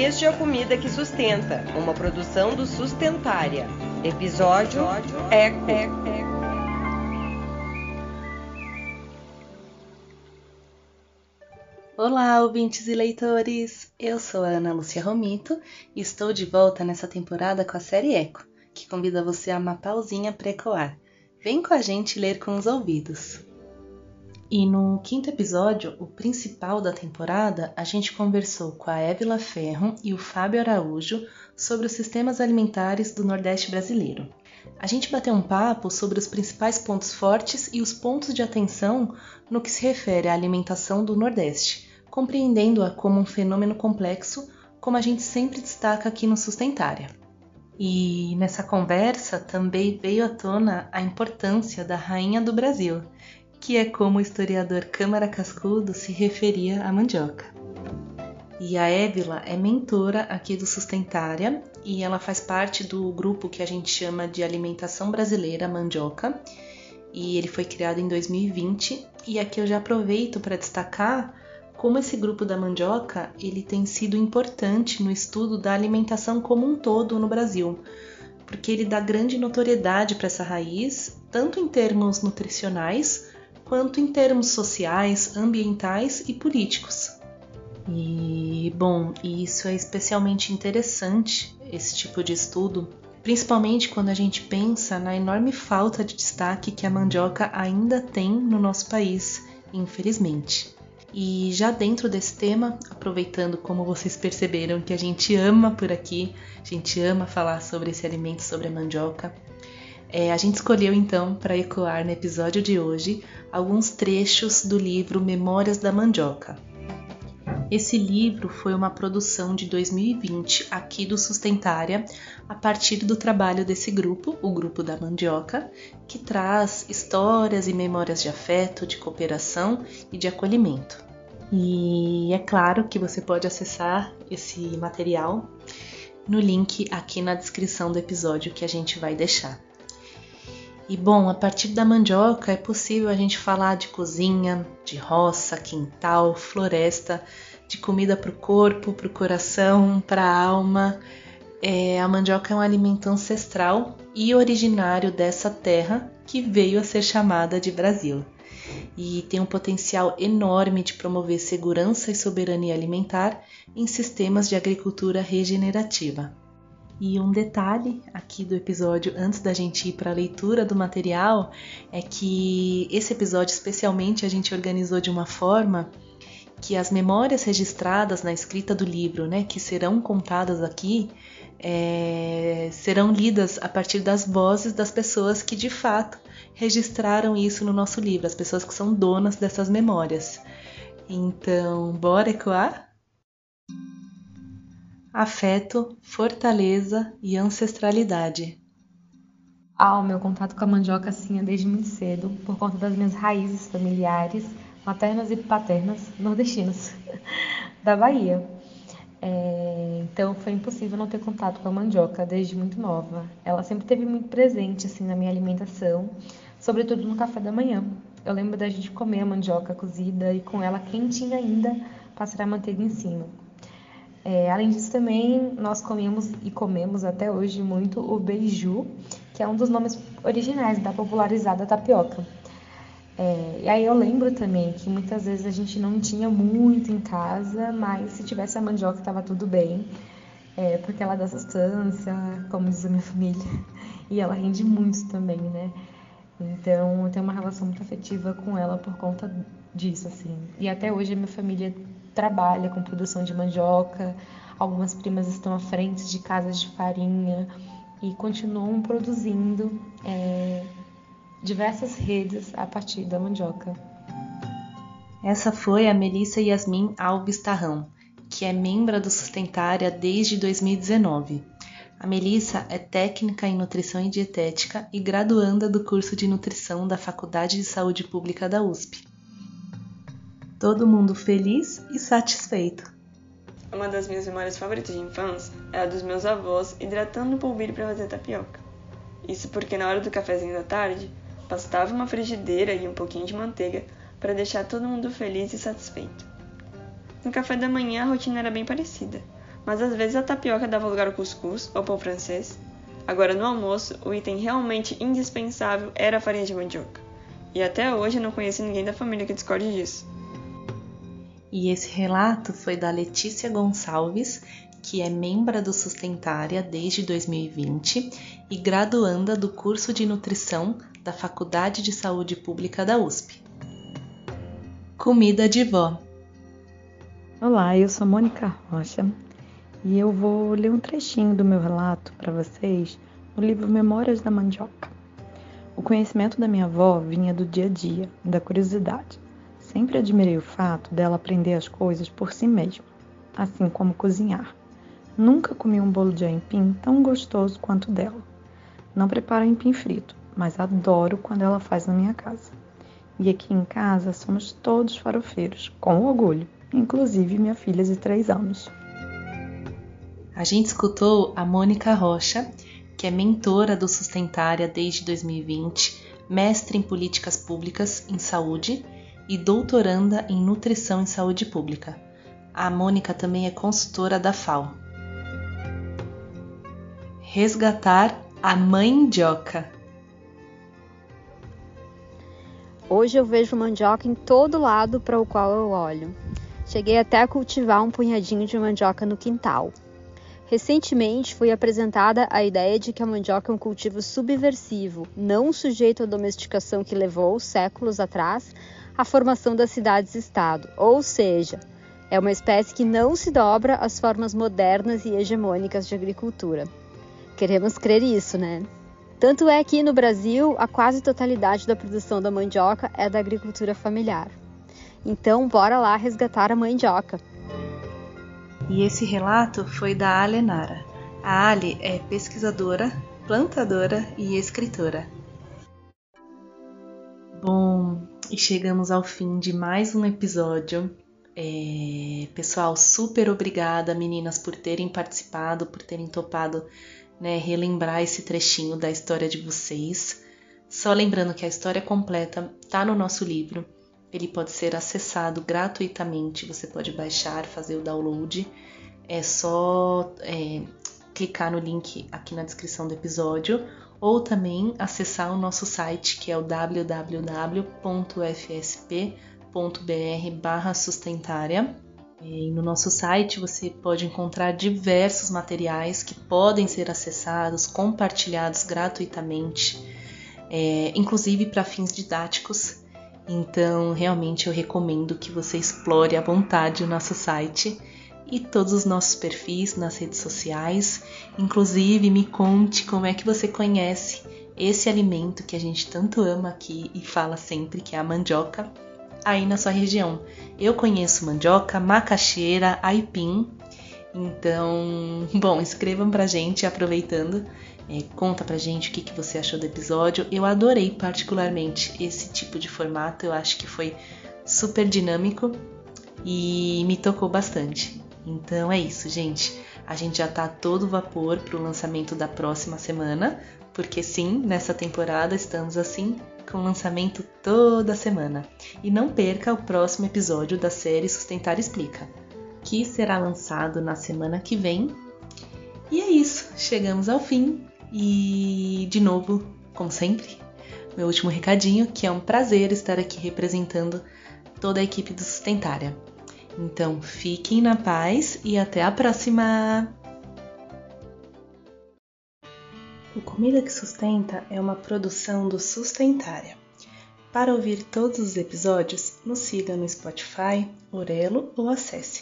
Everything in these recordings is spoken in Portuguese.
Este é a Comida que Sustenta, uma produção do Sustentária. Episódio Eco. Olá, ouvintes e leitores! Eu sou a Ana Lúcia Romito e estou de volta nessa temporada com a série Eco, que convida você a uma pausinha para ecoar. Vem com a gente ler com os ouvidos. E no quinto episódio, o principal da temporada, a gente conversou com a Évila Ferro e o Fábio Araújo sobre os sistemas alimentares do Nordeste brasileiro. A gente bateu um papo sobre os principais pontos fortes e os pontos de atenção no que se refere à alimentação do Nordeste, compreendendo-a como um fenômeno complexo, como a gente sempre destaca aqui no Sustentária. E nessa conversa também veio à tona a importância da Rainha do Brasil, que é como o historiador Câmara Cascudo se referia à mandioca. E a Évila é mentora aqui do Sustentária e ela faz parte do grupo que a gente chama de Alimentação Brasileira Mandioca, e ele foi criado em 2020, e aqui eu já aproveito para destacar como esse grupo da mandioca ele tem sido importante no estudo da alimentação como um todo no Brasil, porque ele dá grande notoriedade para essa raiz, tanto em termos nutricionais, quanto em termos sociais, ambientais e políticos. E, bom, isso é especialmente interessante, esse tipo de estudo, principalmente quando a gente pensa na enorme falta de destaque que a mandioca ainda tem no nosso país, infelizmente. E já dentro desse tema, aproveitando como vocês perceberam que a gente ama por aqui, a gente ama falar sobre esse alimento, sobre a mandioca, a gente escolheu então para ecoar no episódio de hoje alguns trechos do livro Memórias da Mandioca. Esse livro foi uma produção de 2020 aqui do Sustentária, a partir do trabalho desse grupo, o Grupo da Mandioca, que traz histórias e memórias de afeto, de cooperação e de acolhimento. E é claro que você pode acessar esse material no link aqui na descrição do episódio que a gente vai deixar. E bom, a partir da mandioca é possível a gente falar de cozinha, de roça, quintal, floresta, de comida para o corpo, para o coração, para a alma. A mandioca é um alimento ancestral e originário dessa terra que veio a ser chamada de Brasil. E tem um potencial enorme de promover segurança e soberania alimentar em sistemas de agricultura regenerativa. E um detalhe aqui do episódio, antes da gente ir para a leitura do material, é que esse episódio especialmente a gente organizou de uma forma que as memórias registradas na escrita do livro, né, que serão contadas aqui, serão lidas a partir das vozes das pessoas que de fato registraram isso no nosso livro, as pessoas que são donas dessas memórias. Então, bora ecoar? Afeto, fortaleza e ancestralidade. O meu contato com a mandioca assim é desde muito cedo, por conta das minhas raízes familiares, maternas e paternas, nordestinas, da Bahia. Então foi impossível não ter contato com a mandioca desde muito nova. Ela sempre esteve muito presente assim, na minha alimentação, sobretudo no café da manhã. Eu lembro da gente comer a mandioca cozida e com ela quentinha ainda, passar a manteiga em cima. Além disso também nós comemos e comemos até hoje muito o beiju, que é um dos nomes originais da popularizada tapioca. E aí eu lembro também que muitas vezes a gente não tinha muito em casa, mas se tivesse a mandioca estava tudo bem, porque ela dá sustância, como diz a minha família, e ela rende muito também, né? Então eu tenho uma relação muito afetiva com ela por conta disso, assim. E até hoje a minha família trabalha com produção de mandioca, algumas primas estão à frente de casas de farinha e continuam produzindo diversas redes a partir da mandioca. Essa foi a Melissa Yasmin Alves Tarrão, que é membro do Sustentária desde 2019. A Melissa é técnica em nutrição e dietética e graduanda do curso de nutrição da Faculdade de Saúde Pública da USP. Todo mundo feliz e satisfeito. Uma das minhas memórias favoritas de infância é a dos meus avós hidratando o polvilho para fazer tapioca. Isso porque na hora do cafezinho da tarde, bastava uma frigideira e um pouquinho de manteiga para deixar todo mundo feliz e satisfeito. No café da manhã a rotina era bem parecida. mas às vezes a tapioca dava lugar ao cuscuz ou pão francês. Agora no almoço, o item realmente indispensável era a farinha de mandioca. E até hoje eu não conheci ninguém da família que discorde disso. E esse relato foi da Letícia Gonçalves, que é membra do Sustentária desde 2020 e graduanda do curso de nutrição da Faculdade de Saúde Pública da USP. Comida de vó. Olá, eu sou Mônica Rocha e eu vou ler um trechinho do meu relato para vocês no livro Memórias da Mandioca. O conhecimento da minha avó vinha do dia a dia, da curiosidade. Sempre admirei o fato dela aprender as coisas por si mesma, assim como cozinhar. Nunca comi um bolo de aipim tão gostoso quanto dela. Não preparo aipim frito, mas adoro quando ela faz na minha casa. E aqui em casa somos todos farofeiros, com orgulho, inclusive minha filha de 3 anos. A gente escutou a Mônica Rocha, que é mentora do Sustentária desde 2020, mestre em políticas públicas em saúde e doutoranda em nutrição em saúde pública. A Mônica também é consultora da FAO. Resgatar a mandioca. Hoje eu vejo mandioca em todo lado para o qual eu olho. Cheguei até a cultivar um punhadinho de mandioca no quintal. Recentemente fui apresentada a ideia de que a mandioca é um cultivo subversivo, não sujeito à domesticação que levou, séculos atrás, à formação das cidades-estado, ou seja, é uma espécie que não se dobra às formas modernas e hegemônicas de agricultura. Queremos crer isso, né? Tanto é que no Brasil, a quase totalidade da produção da mandioca é da agricultura familiar. Então, bora lá resgatar a mandioca. E esse relato foi da Ale Nara. A Ale é pesquisadora, plantadora e escritora. Bom, e chegamos ao fim de mais um episódio. Pessoal, super obrigada, meninas, por terem participado, por terem topado, relembrar esse trechinho da história de vocês. Só lembrando que a história completa está no nosso livro. Ele pode ser acessado gratuitamente, você pode baixar, fazer o download. É só clicar no link aqui na descrição do episódio ou também acessar o nosso site, que é o www.fsp.br/sustentária. E no nosso site você pode encontrar diversos materiais que podem ser acessados, compartilhados gratuitamente, inclusive para fins didáticos. Então, realmente eu recomendo que você explore à vontade o nosso site e todos os nossos perfis nas redes sociais. Inclusive, me conte como é que você conhece esse alimento que a gente tanto ama aqui e fala sempre, que é a mandioca, aí na sua região. Eu conheço mandioca, macaxeira, aipim. Então, bom, escrevam pra gente, aproveitando. Conta pra gente o que você achou do episódio. Eu adorei particularmente esse tipo de formato. Eu acho que foi super dinâmico e me tocou bastante. Então é isso, gente. A gente já tá a todo vapor pro lançamento da próxima semana, porque sim, nessa temporada estamos assim, com lançamento toda semana. E não perca o próximo episódio da série Sustentar Explica, que será lançado na semana que vem. E é isso, chegamos ao fim. E, de novo, como sempre, meu último recadinho, que é um prazer estar aqui representando toda a equipe do Sustentária. Então, fiquem na paz e até a próxima! O Comida que Sustenta é uma produção do Sustentária. Para ouvir todos os episódios, nos siga no Spotify, Orelo ou acesse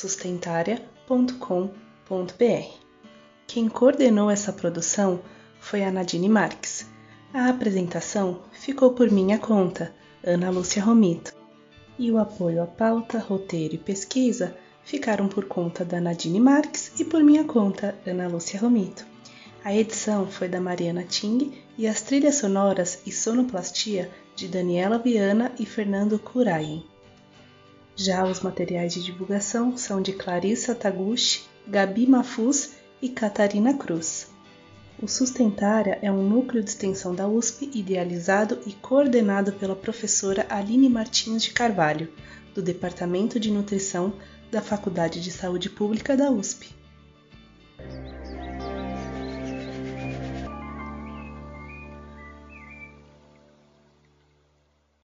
sustentaria.com.br. Quem coordenou essa produção foi a Nadine Marques. A apresentação ficou por minha conta, Ana Lúcia Romito. E o apoio à pauta, roteiro e pesquisa ficaram por conta da Nadine Marques e por minha conta, Ana Lúcia Romito. A edição foi da Mariana Ting e as trilhas sonoras e sonoplastia de Daniela Viana e Fernando Kurayen. Já os materiais de divulgação são de Clarissa Taguchi, Gabi Mafuz e Catarina Cruz. O Sustentária é um núcleo de extensão da USP idealizado e coordenado pela professora Aline Martins de Carvalho, do Departamento de Nutrição da Faculdade de Saúde Pública da USP.